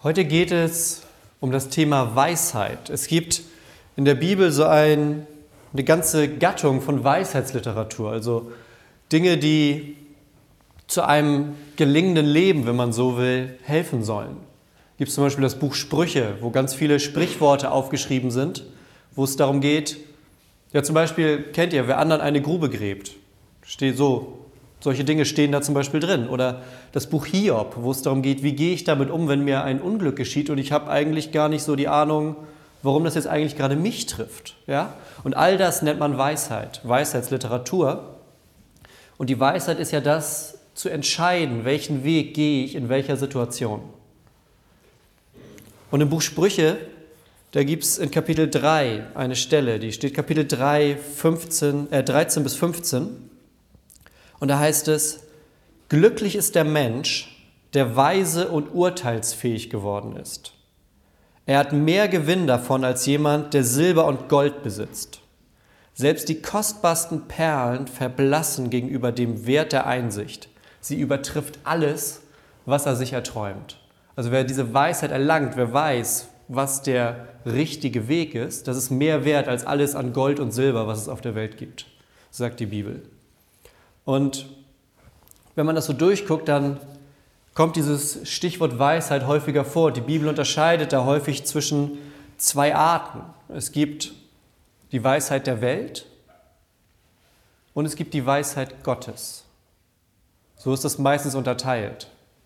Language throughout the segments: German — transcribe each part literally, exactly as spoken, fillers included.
Heute geht es um das Thema Weisheit. Es gibt in der Bibel so ein, eine ganze Gattung von Weisheitsliteratur, also Dinge, die zu einem gelingenden Leben, wenn man so will, helfen sollen. Es gibt zum Beispiel das Buch Sprüche, wo ganz viele Sprichworte aufgeschrieben sind, wo es darum geht, ja zum Beispiel, kennt ihr, wer anderen eine Grube gräbt, steht so. Solche Dinge stehen da zum Beispiel drin. Oder das Buch Hiob, wo es darum geht, wie gehe ich damit um, wenn mir ein Unglück geschieht und ich habe eigentlich gar nicht so die Ahnung, warum das jetzt eigentlich gerade mich trifft. Ja? Und all das nennt man Weisheit, Weisheitsliteratur. Und die Weisheit ist ja das, zu entscheiden, welchen Weg gehe ich in welcher Situation. Und im Buch Sprüche, da gibt es in Kapitel drei eine Stelle, die steht Kapitel drei, fünfzehn, äh, dreizehn bis fünfzehn. Und da heißt es, glücklich ist der Mensch, der weise und urteilsfähig geworden ist. Er hat mehr Gewinn davon als jemand, der Silber und Gold besitzt. Selbst die kostbarsten Perlen verblassen gegenüber dem Wert der Einsicht. Sie übertrifft alles, was er sich erträumt. Also wer diese Weisheit erlangt, wer weiß, was der richtige Weg ist, das ist mehr wert als alles an Gold und Silber, was es auf der Welt gibt, sagt die Bibel. Und wenn man das so durchguckt, dann kommt dieses Stichwort Weisheit häufiger vor. Die Bibel unterscheidet da häufig zwischen zwei Arten. Es gibt die Weisheit der Welt und es gibt die Weisheit Gottes. So ist das meistens unterteilt.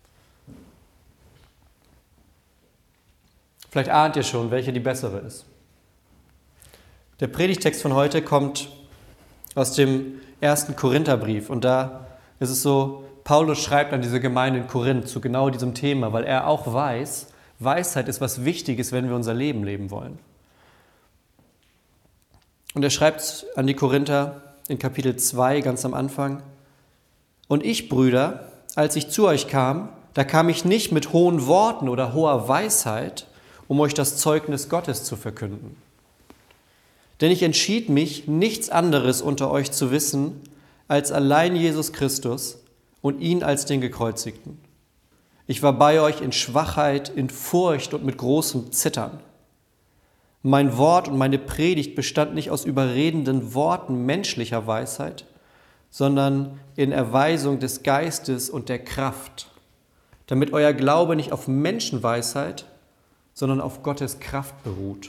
Vielleicht ahnt ihr schon, welche die bessere ist. Der Predigtext von heute kommt aus dem ersten Korintherbrief. Und da ist es so, Paulus schreibt an diese Gemeinde in Korinth zu genau diesem Thema, weil er auch weiß, Weisheit ist was Wichtiges, wenn wir unser Leben leben wollen. Und er schreibt an die Korinther in Kapitel zwei ganz am Anfang, und ich, Brüder, als ich zu euch kam, da kam ich nicht mit hohen Worten oder hoher Weisheit, um euch das Zeugnis Gottes zu verkünden. Denn ich entschied mich, nichts anderes unter euch zu wissen, als allein Jesus Christus und ihn als den Gekreuzigten. Ich war bei euch in Schwachheit, in Furcht und mit großem Zittern. Mein Wort und meine Predigt bestand nicht aus überredenden Worten menschlicher Weisheit, sondern in Erweisung des Geistes und der Kraft, damit euer Glaube nicht auf Menschenweisheit, sondern auf Gottes Kraft beruht.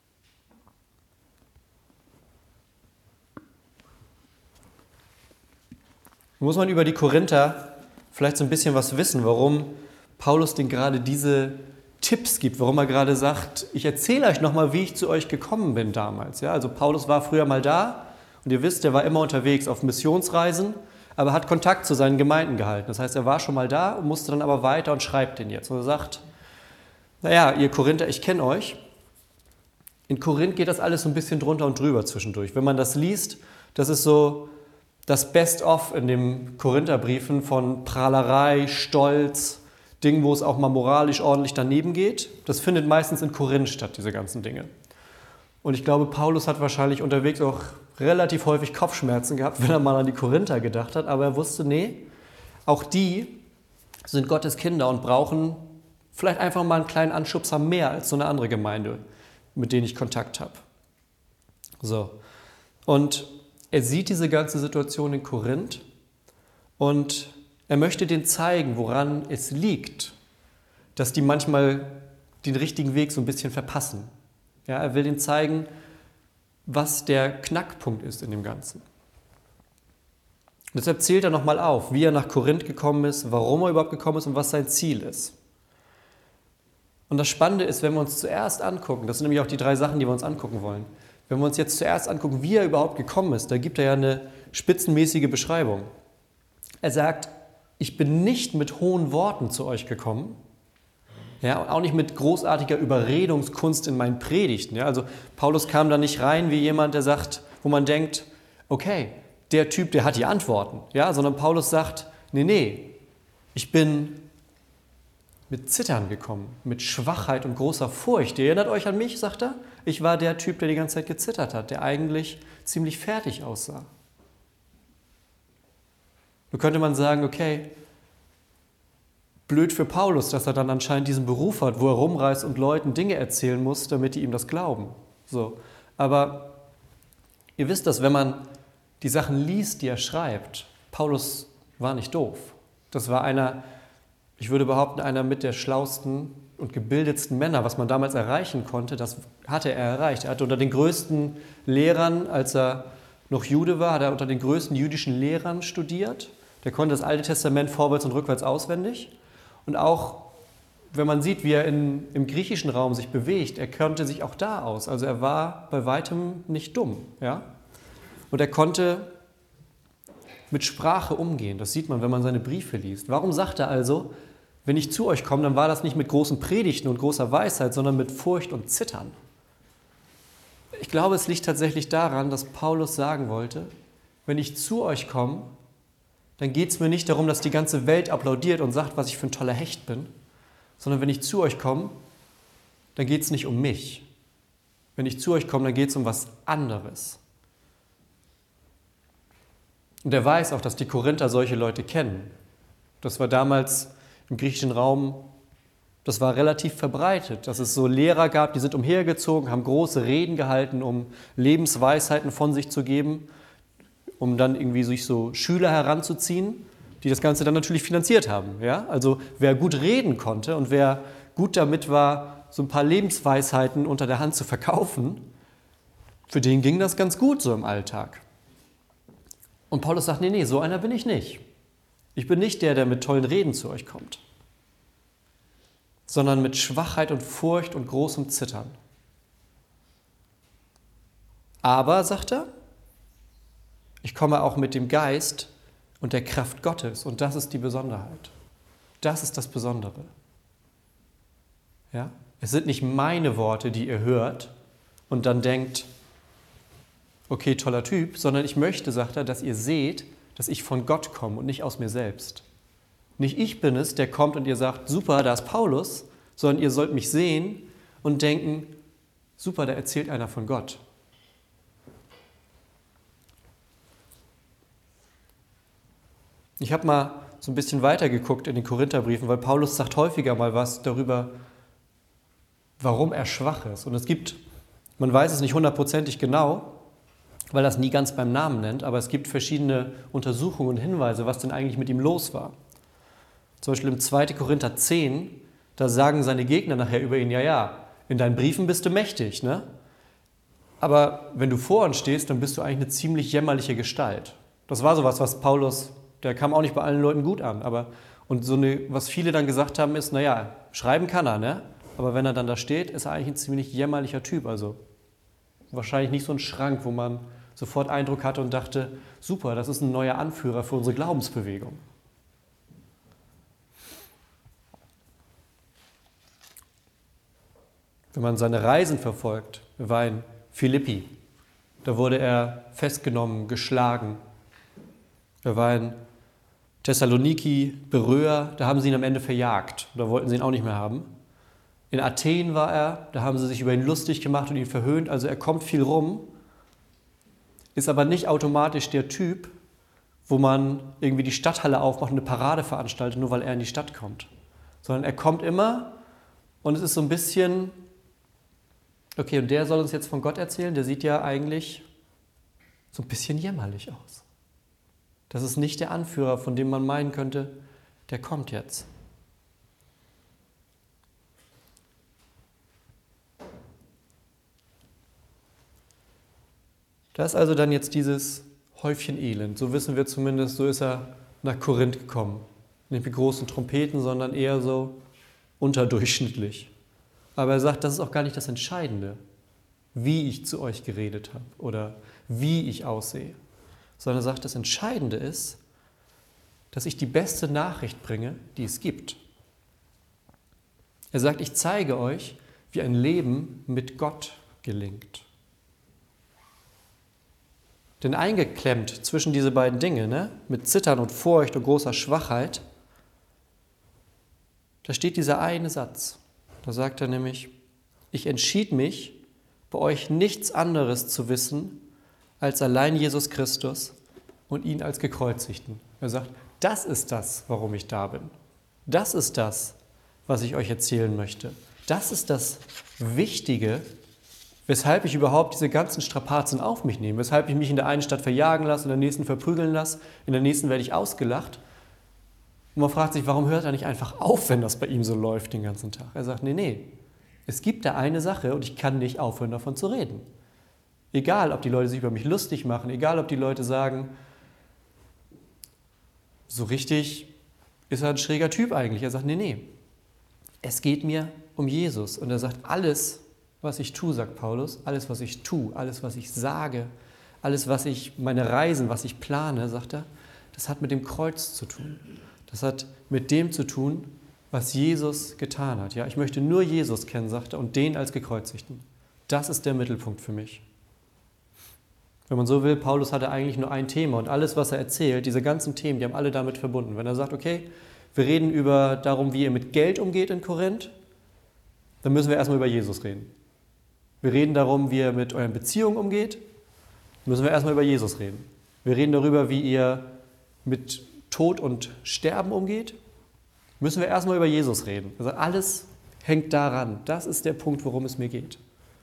Muss man über die Korinther vielleicht so ein bisschen was wissen, warum Paulus denen gerade diese Tipps gibt, warum er gerade sagt, ich erzähle euch nochmal, wie ich zu euch gekommen bin damals. Ja, also Paulus war früher mal da und ihr wisst, er war immer unterwegs auf Missionsreisen, aber hat Kontakt zu seinen Gemeinden gehalten. Das heißt, er war schon mal da und musste dann aber weiter und schreibt den jetzt. Und er sagt, naja, ihr Korinther, ich kenne euch. In Korinth geht das alles so ein bisschen drunter und drüber zwischendurch. Wenn man das liest, das ist so das Best-of in den Korintherbriefen von Prahlerei, Stolz, Dingen, wo es auch mal moralisch ordentlich daneben geht. Das findet meistens in Korinth statt, diese ganzen Dinge. Und ich glaube, Paulus hat wahrscheinlich unterwegs auch relativ häufig Kopfschmerzen gehabt, wenn er mal an die Korinther gedacht hat. Aber er wusste, nee, auch die sind Gottes Kinder und brauchen vielleicht einfach mal einen kleinen Anschubser mehr als so eine andere Gemeinde, mit denen ich Kontakt habe. So. Und er sieht diese ganze Situation in Korinth und er möchte denen zeigen, woran es liegt, dass die manchmal den richtigen Weg so ein bisschen verpassen. Ja, er will denen zeigen, was der Knackpunkt ist in dem Ganzen. Und deshalb zählt er nochmal auf, wie er nach Korinth gekommen ist, warum er überhaupt gekommen ist und was sein Ziel ist. Und das Spannende ist, wenn wir uns zuerst angucken, das sind nämlich auch die drei Sachen, die wir uns angucken wollen, wenn wir uns jetzt zuerst angucken, wie er überhaupt gekommen ist, da gibt er ja eine spitzenmäßige Beschreibung. Er sagt, ich bin nicht mit hohen Worten zu euch gekommen, ja, und auch nicht mit großartiger Überredungskunst in meinen Predigten. Ja. Also Paulus kam da nicht rein wie jemand, der sagt, wo man denkt, okay, der Typ, der hat die Antworten, ja, sondern Paulus sagt, nee, nee, ich bin mit Zittern gekommen, mit Schwachheit und großer Furcht. Ihr erinnert euch an mich, sagt er? Ich war der Typ, der die ganze Zeit gezittert hat, der eigentlich ziemlich fertig aussah. Nun könnte man sagen, okay, blöd für Paulus, dass er dann anscheinend diesen Beruf hat, wo er rumreist und Leuten Dinge erzählen muss, damit die ihm das glauben. So. Aber ihr wisst das, wenn man die Sachen liest, die er schreibt, Paulus war nicht doof. Das war einer, ich würde behaupten, einer mit der schlausten und gebildetsten Männer, was man damals erreichen konnte, das hatte er erreicht. Er hatte unter den größten Lehrern, als er noch Jude war, hat er unter den größten jüdischen Lehrern studiert. Der konnte das Alte Testament vorwärts und rückwärts auswendig. Und auch, wenn man sieht, wie er in, im griechischen Raum sich bewegt, er kannte sich auch da aus. Also er war bei weitem nicht dumm. Ja? Und er konnte mit Sprache umgehen. Das sieht man, wenn man seine Briefe liest. Warum sagt er also, wenn ich zu euch komme, dann war das nicht mit großen Predigten und großer Weisheit, sondern mit Furcht und Zittern? Ich glaube, es liegt tatsächlich daran, dass Paulus sagen wollte, wenn ich zu euch komme, dann geht es mir nicht darum, dass die ganze Welt applaudiert und sagt, was ich für ein toller Hecht bin, sondern wenn ich zu euch komme, dann geht es nicht um mich. Wenn ich zu euch komme, dann geht es um was anderes. Und er weiß auch, dass die Korinther solche Leute kennen. Das war damals im griechischen Raum, das war relativ verbreitet, dass es so Lehrer gab, die sind umhergezogen, haben große Reden gehalten, um Lebensweisheiten von sich zu geben, um dann irgendwie sich so Schüler heranzuziehen, die das Ganze dann natürlich finanziert haben. Ja? Also wer gut reden konnte und wer gut damit war, so ein paar Lebensweisheiten unter der Hand zu verkaufen, für den ging das ganz gut so im Alltag. Und Paulus sagt, nee, nee, so einer bin ich nicht. Ich bin nicht der, der mit tollen Reden zu euch kommt, sondern mit Schwachheit und Furcht und großem Zittern. Aber, sagt er, ich komme auch mit dem Geist und der Kraft Gottes. Und das ist die Besonderheit. Das ist das Besondere. Ja? Es sind nicht meine Worte, die ihr hört und dann denkt, okay, toller Typ, sondern ich möchte, sagt er, dass ihr seht, dass ich von Gott komme und nicht aus mir selbst. Nicht ich bin es, der kommt und ihr sagt, super, da ist Paulus, sondern ihr sollt mich sehen und denken, super, da erzählt einer von Gott. Ich habe mal so ein bisschen weitergeguckt in den Korintherbriefen, weil Paulus sagt häufiger mal was darüber, warum er schwach ist. Und es gibt, man weiß es nicht hundertprozentig genau, weil er es nie ganz beim Namen nennt, aber es gibt verschiedene Untersuchungen und Hinweise, was denn eigentlich mit ihm los war. Zum Beispiel im zweiten Korinther zehn, da sagen seine Gegner nachher über ihn, ja, ja, in deinen Briefen bist du mächtig, ne? Aber wenn du vor uns stehst, dann bist du eigentlich eine ziemlich jämmerliche Gestalt. Das war sowas, was Paulus, der kam auch nicht bei allen Leuten gut an, aber und so eine, was viele dann gesagt haben, ist, naja, schreiben kann er, ne? Aber wenn er dann da steht, ist er eigentlich ein ziemlich jämmerlicher Typ, also wahrscheinlich nicht so ein Schrank, wo man sofort Eindruck hatte und dachte, super, das ist ein neuer Anführer für unsere Glaubensbewegung. Wenn man seine Reisen verfolgt, er war in Philippi, da wurde er festgenommen, geschlagen. Er war in Thessaloniki, Beröa, da haben sie ihn am Ende verjagt, da wollten sie ihn auch nicht mehr haben. In Athen war er, da haben sie sich über ihn lustig gemacht und ihn verhöhnt, also er kommt viel rum, ist aber nicht automatisch der Typ, wo man irgendwie die Stadthalle aufmacht und eine Parade veranstaltet, nur weil er in die Stadt kommt. Sondern er kommt immer und es ist so ein bisschen, okay, und der soll uns jetzt von Gott erzählen, der sieht ja eigentlich so ein bisschen jämmerlich aus. Das ist nicht der Anführer, von dem man meinen könnte, der kommt jetzt. Da ist also dann jetzt dieses Häufchen Elend. So wissen wir zumindest, so ist er nach Korinth gekommen. Nicht mit großen Trompeten, sondern eher so unterdurchschnittlich. Aber er sagt, das ist auch gar nicht das Entscheidende, wie ich zu euch geredet habe oder wie ich aussehe. Sondern er sagt, das Entscheidende ist, dass ich die beste Nachricht bringe, die es gibt. Er sagt, ich zeige euch, wie ein Leben mit Gott gelingt. Denn eingeklemmt zwischen diese beiden Dinge, ne, mit Zittern und Furcht und großer Schwachheit, da steht dieser eine Satz. Da sagt er nämlich, ich entschied mich, bei euch nichts anderes zu wissen, als allein Jesus Christus und ihn als Gekreuzigten. Er sagt, das ist das, warum ich da bin. Das ist das, was ich euch erzählen möchte. Das ist das Wichtige, weshalb ich überhaupt diese ganzen Strapazen auf mich nehme, weshalb ich mich in der einen Stadt verjagen lasse, in der nächsten verprügeln lasse, in der nächsten werde ich ausgelacht. Und man fragt sich, warum hört er nicht einfach auf, wenn das bei ihm so läuft den ganzen Tag? Er sagt, nee, nee, es gibt da eine Sache und ich kann nicht aufhören, davon zu reden. Egal, ob die Leute sich über mich lustig machen, egal, ob die Leute sagen, so richtig ist er ein schräger Typ eigentlich. Er sagt, nee, nee, es geht mir um Jesus. Und er sagt, alles, was ich tue, sagt Paulus, alles, was ich tue, alles, was ich sage, alles, was ich, meine Reisen, was ich plane, sagt er, das hat mit dem Kreuz zu tun. Das hat mit dem zu tun, was Jesus getan hat. Ja, ich möchte nur Jesus kennen, sagt er, und den als Gekreuzigten. Das ist der Mittelpunkt für mich. Wenn man so will, Paulus hatte eigentlich nur ein Thema und alles, was er erzählt, diese ganzen Themen, die haben alle damit verbunden. Wenn er sagt, okay, wir reden über darum, wie ihr mit Geld umgeht in Korinth, dann müssen wir erstmal über Jesus reden. Wir reden darum, wie ihr mit euren Beziehungen umgeht, müssen wir erstmal über Jesus reden. Wir reden darüber, wie ihr mit Tod und Sterben umgeht, müssen wir erstmal über Jesus reden. Also alles hängt daran. Das ist der Punkt, worum es mir geht.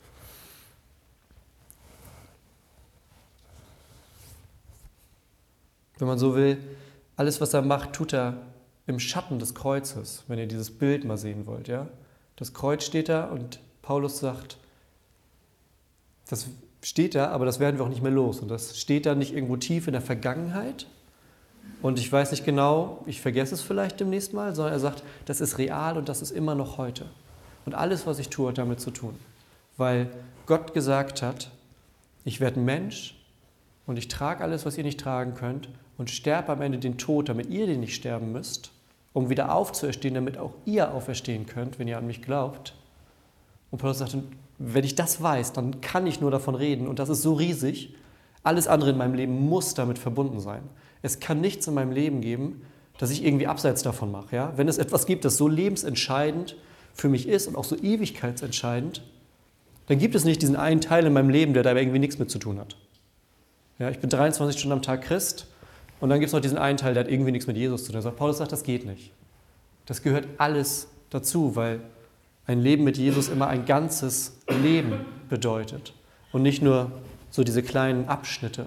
Wenn man so will, alles, was er macht, tut er im Schatten des Kreuzes, wenn ihr dieses Bild mal sehen wollt. Ja? Das Kreuz steht da und Paulus sagt, das steht da, aber das werden wir auch nicht mehr los. Und das steht da nicht irgendwo tief in der Vergangenheit. Und ich weiß nicht genau, ich vergesse es vielleicht demnächst mal, sondern er sagt, das ist real und das ist immer noch heute. Und alles, was ich tue, hat damit zu tun. Weil Gott gesagt hat, ich werde ein Mensch und ich trage alles, was ihr nicht tragen könnt und sterbe am Ende den Tod, damit ihr den nicht sterben müsst, um wieder aufzuerstehen, damit auch ihr auferstehen könnt, wenn ihr an mich glaubt. Und Paulus sagt, wenn ich das weiß, dann kann ich nur davon reden und das ist so riesig, alles andere in meinem Leben muss damit verbunden sein. Es kann nichts in meinem Leben geben, das ich irgendwie abseits davon mache. Ja? Wenn es etwas gibt, das so lebensentscheidend für mich ist und auch so ewigkeitsentscheidend, dann gibt es nicht diesen einen Teil in meinem Leben, der da irgendwie nichts mit zu tun hat. Ja, ich bin dreiundzwanzig Stunden am Tag Christ und dann gibt es noch diesen einen Teil, der hat irgendwie nichts mit Jesus zu tun. Sagt, Paulus sagt, das geht nicht. Das gehört alles dazu, weil ein Leben mit Jesus immer ein ganzes Leben bedeutet und nicht nur so diese kleinen Abschnitte.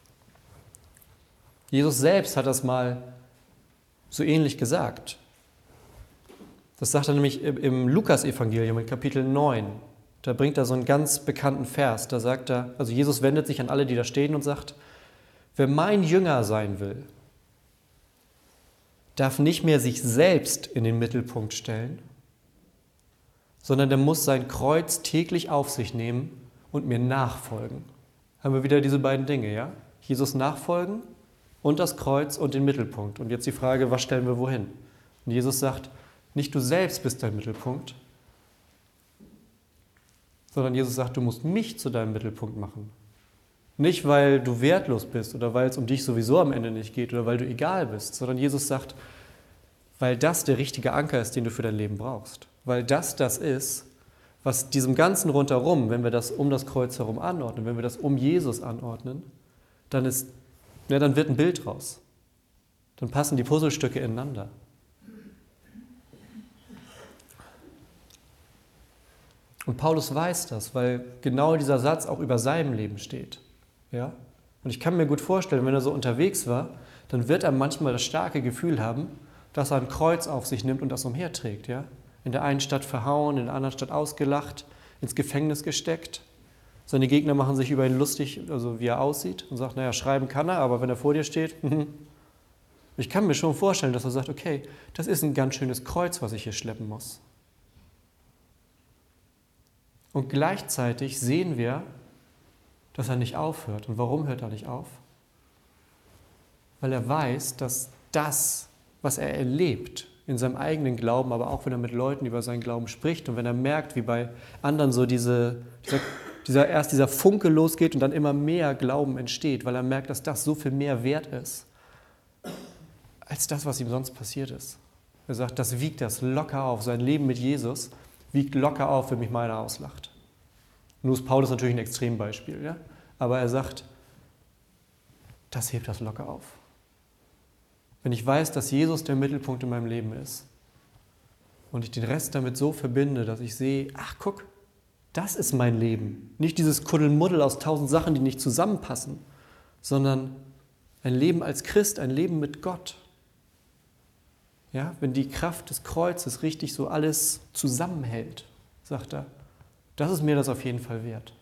Jesus selbst hat das mal so ähnlich gesagt. Das sagt er nämlich im Lukas-Evangelium in Kapitel neun. Da bringt er so einen ganz bekannten Vers. Da sagt er, also Jesus wendet sich an alle, die da stehen und sagt, wer mein Jünger sein will, darf nicht mehr sich selbst in den Mittelpunkt stellen, sondern der muss sein Kreuz täglich auf sich nehmen und mir nachfolgen. Haben wir wieder diese beiden Dinge, ja? Jesus nachfolgen und das Kreuz und den Mittelpunkt. Und jetzt die Frage, was stellen wir wohin? Und Jesus sagt, nicht du selbst bist dein Mittelpunkt, sondern Jesus sagt, du musst mich zu deinem Mittelpunkt machen. Nicht, weil du wertlos bist oder weil es um dich sowieso am Ende nicht geht oder weil du egal bist, sondern Jesus sagt, weil das der richtige Anker ist, den du für dein Leben brauchst. Weil das das ist, was diesem Ganzen rundherum, wenn wir das um das Kreuz herum anordnen, wenn wir das um Jesus anordnen, dann ist, ja, dann wird ein Bild raus. Dann passen die Puzzlestücke ineinander. Und Paulus weiß das, weil genau dieser Satz auch über seinem Leben steht. Ja? Und ich kann mir gut vorstellen, wenn er so unterwegs war, dann wird er manchmal das starke Gefühl haben, dass er ein Kreuz auf sich nimmt und das umherträgt. Ja? In der einen Stadt verhauen, in der anderen Stadt ausgelacht, ins Gefängnis gesteckt. Seine Gegner machen sich über ihn lustig, also wie er aussieht, und sagt, naja, schreiben kann er, aber wenn er vor dir steht, ich kann mir schon vorstellen, dass er sagt, okay, das ist ein ganz schönes Kreuz, was ich hier schleppen muss. Und gleichzeitig sehen wir, dass er nicht aufhört. Und warum hört er nicht auf? Weil er weiß, dass das, was er erlebt, in seinem eigenen Glauben, aber auch wenn er mit Leuten über seinen Glauben spricht und wenn er merkt, wie bei anderen so diese, dieser, dieser, erst dieser Funke losgeht und dann immer mehr Glauben entsteht, weil er merkt, dass das so viel mehr wert ist, als das, was ihm sonst passiert ist. Er sagt, das wiegt das locker auf. Sein Leben mit Jesus wiegt locker auf, wenn mich meiner auslacht. Nun ist Paulus natürlich ein Extrembeispiel, ja? Aber er sagt, das hebt das locker auf. Wenn ich weiß, dass Jesus der Mittelpunkt in meinem Leben ist, und ich den Rest damit so verbinde, dass ich sehe, ach guck, das ist mein Leben. Nicht dieses Kuddelmuddel aus tausend Sachen, die nicht zusammenpassen, sondern ein Leben als Christ, ein Leben mit Gott. Ja, wenn die Kraft des Kreuzes richtig so alles zusammenhält, sagt er, das ist mir das auf jeden Fall wert.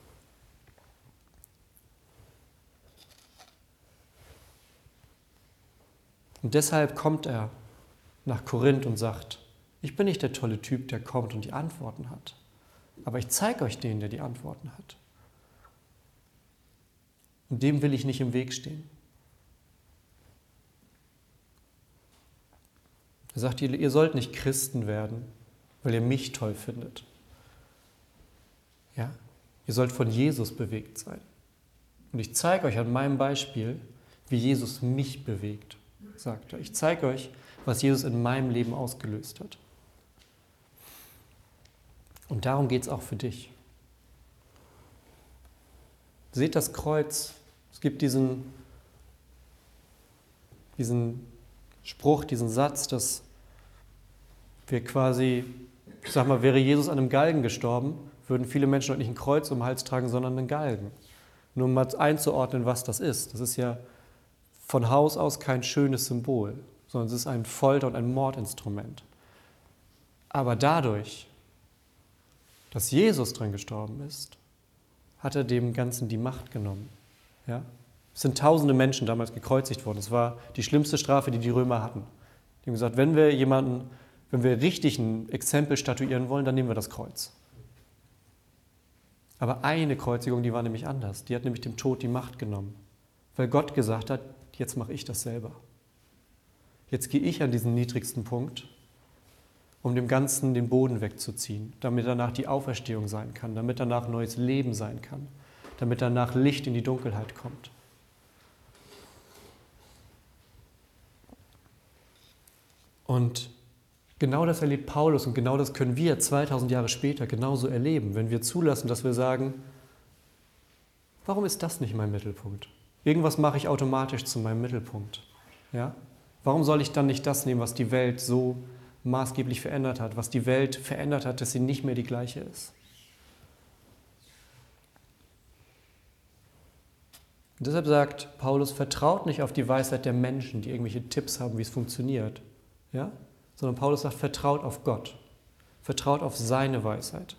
Und deshalb kommt er nach Korinth und sagt, ich bin nicht der tolle Typ, der kommt und die Antworten hat, aber ich zeige euch den, der die Antworten hat. Und dem will ich nicht im Weg stehen. Er sagt, ihr, ihr sollt nicht Christen werden, weil ihr mich toll findet. Ja? Ihr sollt von Jesus bewegt sein. Und ich zeige euch an meinem Beispiel, wie Jesus mich bewegt, sagt er. Ich zeige euch, was Jesus in meinem Leben ausgelöst hat. Und darum geht es auch für dich. Seht das Kreuz. Es gibt diesen, diesen Spruch, diesen Satz, dass wir quasi, ich sag mal, wäre Jesus an einem Galgen gestorben, würden viele Menschen heute nicht ein Kreuz um den Hals tragen, sondern einen Galgen. Nur um mal einzuordnen, was das ist. Das ist ja von Haus aus kein schönes Symbol, sondern es ist ein Folter- und ein Mordinstrument. Aber dadurch, dass Jesus dran gestorben ist, hat er dem Ganzen die Macht genommen. Ja? Es sind tausende Menschen damals gekreuzigt worden. Es war die schlimmste Strafe, die die Römer hatten. Die haben gesagt, wenn wir jemanden, wenn wir richtig ein Exempel statuieren wollen, dann nehmen wir das Kreuz. Aber eine Kreuzigung, die war nämlich anders. Die hat nämlich dem Tod die Macht genommen. Weil Gott gesagt hat, jetzt mache ich das selber. Jetzt gehe ich an diesen niedrigsten Punkt, um dem Ganzen den Boden wegzuziehen, damit danach die Auferstehung sein kann, damit danach neues Leben sein kann, damit danach Licht in die Dunkelheit kommt. Und genau das erlebt Paulus und genau das können wir zweitausend Jahre später genauso erleben, wenn wir zulassen, dass wir sagen, warum ist das nicht mein Mittelpunkt? Irgendwas mache ich automatisch zu meinem Mittelpunkt. Ja? Warum soll ich dann nicht das nehmen, was die Welt so maßgeblich verändert hat, was die Welt verändert hat, dass sie nicht mehr die gleiche ist? Und deshalb sagt Paulus, vertraut nicht auf die Weisheit der Menschen, die irgendwelche Tipps haben, wie es funktioniert. Ja? Sondern Paulus sagt, vertraut auf Gott. Vertraut auf seine Weisheit.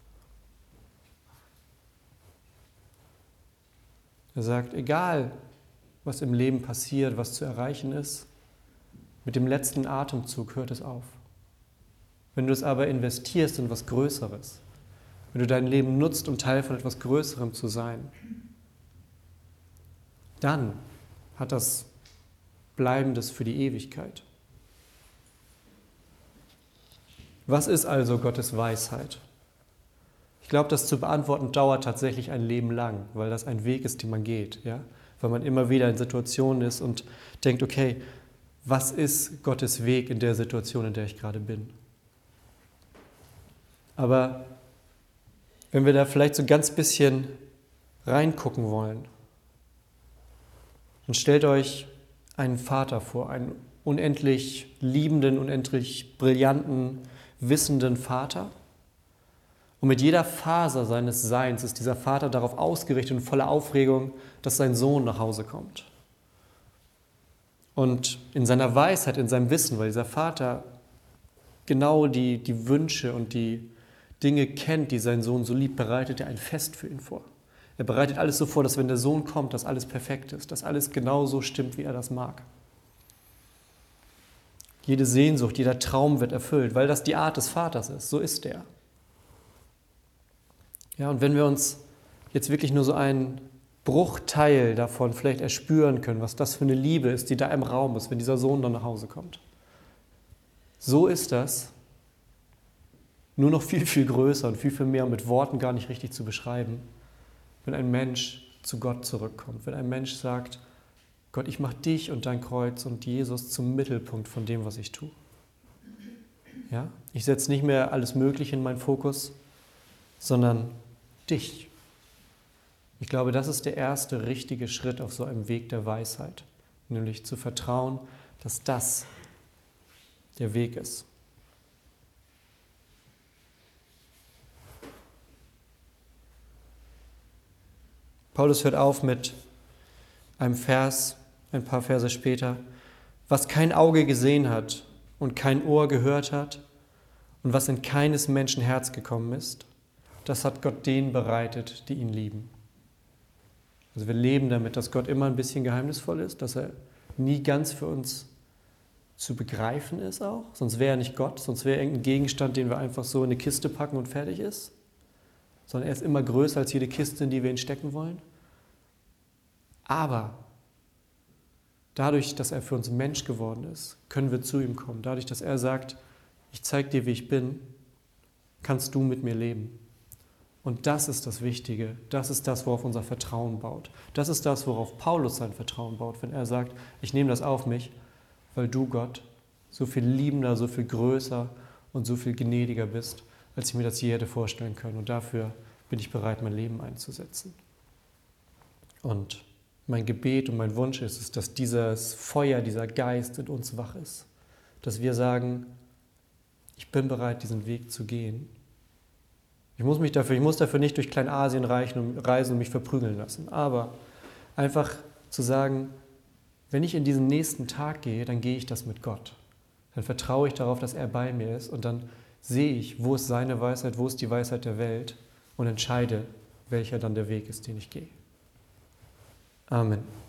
Er sagt, egal, was im Leben passiert, was zu erreichen ist, mit dem letzten Atemzug hört es auf. Wenn du es aber investierst in etwas Größeres, wenn du dein Leben nutzt, um Teil von etwas Größerem zu sein, dann hat das Bleibendes für die Ewigkeit. Was ist also Gottes Weisheit? Ich glaube, das zu beantworten dauert tatsächlich ein Leben lang, weil das ein Weg ist, den man geht. Ja? Weil man immer wieder in Situationen ist und denkt, okay, was ist Gottes Weg in der Situation, in der ich gerade bin? Aber wenn wir da vielleicht so ein ganz bisschen reingucken wollen, dann stellt euch einen Vater vor, einen unendlich liebenden, unendlich brillanten, wissenden Vater. Und mit jeder Faser seines Seins ist dieser Vater darauf ausgerichtet und voller Aufregung, dass sein Sohn nach Hause kommt. Und in seiner Weisheit, in seinem Wissen, weil dieser Vater genau die, die Wünsche und die Dinge kennt, die sein Sohn so liebt, bereitet er ein Fest für ihn vor. Er bereitet alles so vor, dass wenn der Sohn kommt, dass alles perfekt ist, dass alles genau so stimmt, wie er das mag. Jede Sehnsucht, jeder Traum wird erfüllt, weil das die Art des Vaters ist. So ist er. Ja, und wenn wir uns jetzt wirklich nur so einen Bruchteil davon vielleicht erspüren können, was das für eine Liebe ist, die da im Raum ist, wenn dieser Sohn dann nach Hause kommt. So ist das, nur noch viel, viel größer und viel, viel mehr mit Worten gar nicht richtig zu beschreiben, wenn ein Mensch zu Gott zurückkommt, wenn ein Mensch sagt, Gott, ich mache dich und dein Kreuz und Jesus zum Mittelpunkt von dem, was ich tue. Ja? Ich setze nicht mehr alles Mögliche in meinen Fokus, sondern dich. Ich glaube, das ist der erste richtige Schritt auf so einem Weg der Weisheit, nämlich zu vertrauen, dass das der Weg ist. Paulus hört auf mit einem Vers, ein paar Verse später. Was kein Auge gesehen hat und kein Ohr gehört hat und was in keines Menschen Herz gekommen ist, das hat Gott denen bereitet, die ihn lieben. Also wir leben damit, dass Gott immer ein bisschen geheimnisvoll ist, dass er nie ganz für uns zu begreifen ist auch. Sonst wäre er nicht Gott, sonst wäre er irgendein Gegenstand, den wir einfach so in eine Kiste packen und fertig ist. Sondern er ist immer größer als jede Kiste, in die wir ihn stecken wollen. Aber dadurch, dass er für uns Mensch geworden ist, können wir zu ihm kommen. Dadurch, dass er sagt, ich zeige dir, wie ich bin, kannst du mit mir leben. Und das ist das Wichtige. Das ist das, worauf unser Vertrauen baut. Das ist das, worauf Paulus sein Vertrauen baut, wenn er sagt, ich nehme das auf mich, weil du, Gott, so viel liebender, so viel größer und so viel gnädiger bist, als ich mir das je hätte vorstellen können. Und dafür bin ich bereit, mein Leben einzusetzen. Und mein Gebet und mein Wunsch ist es, dass dieses Feuer, dieser Geist in uns wach ist. Dass wir sagen, ich bin bereit, diesen Weg zu gehen. Ich muss mich dafür, ich muss dafür nicht durch Kleinasien reisen und mich verprügeln lassen. Aber einfach zu sagen, wenn ich in diesen nächsten Tag gehe, dann gehe ich das mit Gott. Dann vertraue ich darauf, dass er bei mir ist und dann sehe ich, wo ist seine Weisheit, wo ist die Weisheit der Welt und entscheide, welcher dann der Weg ist, den ich gehe. Amen.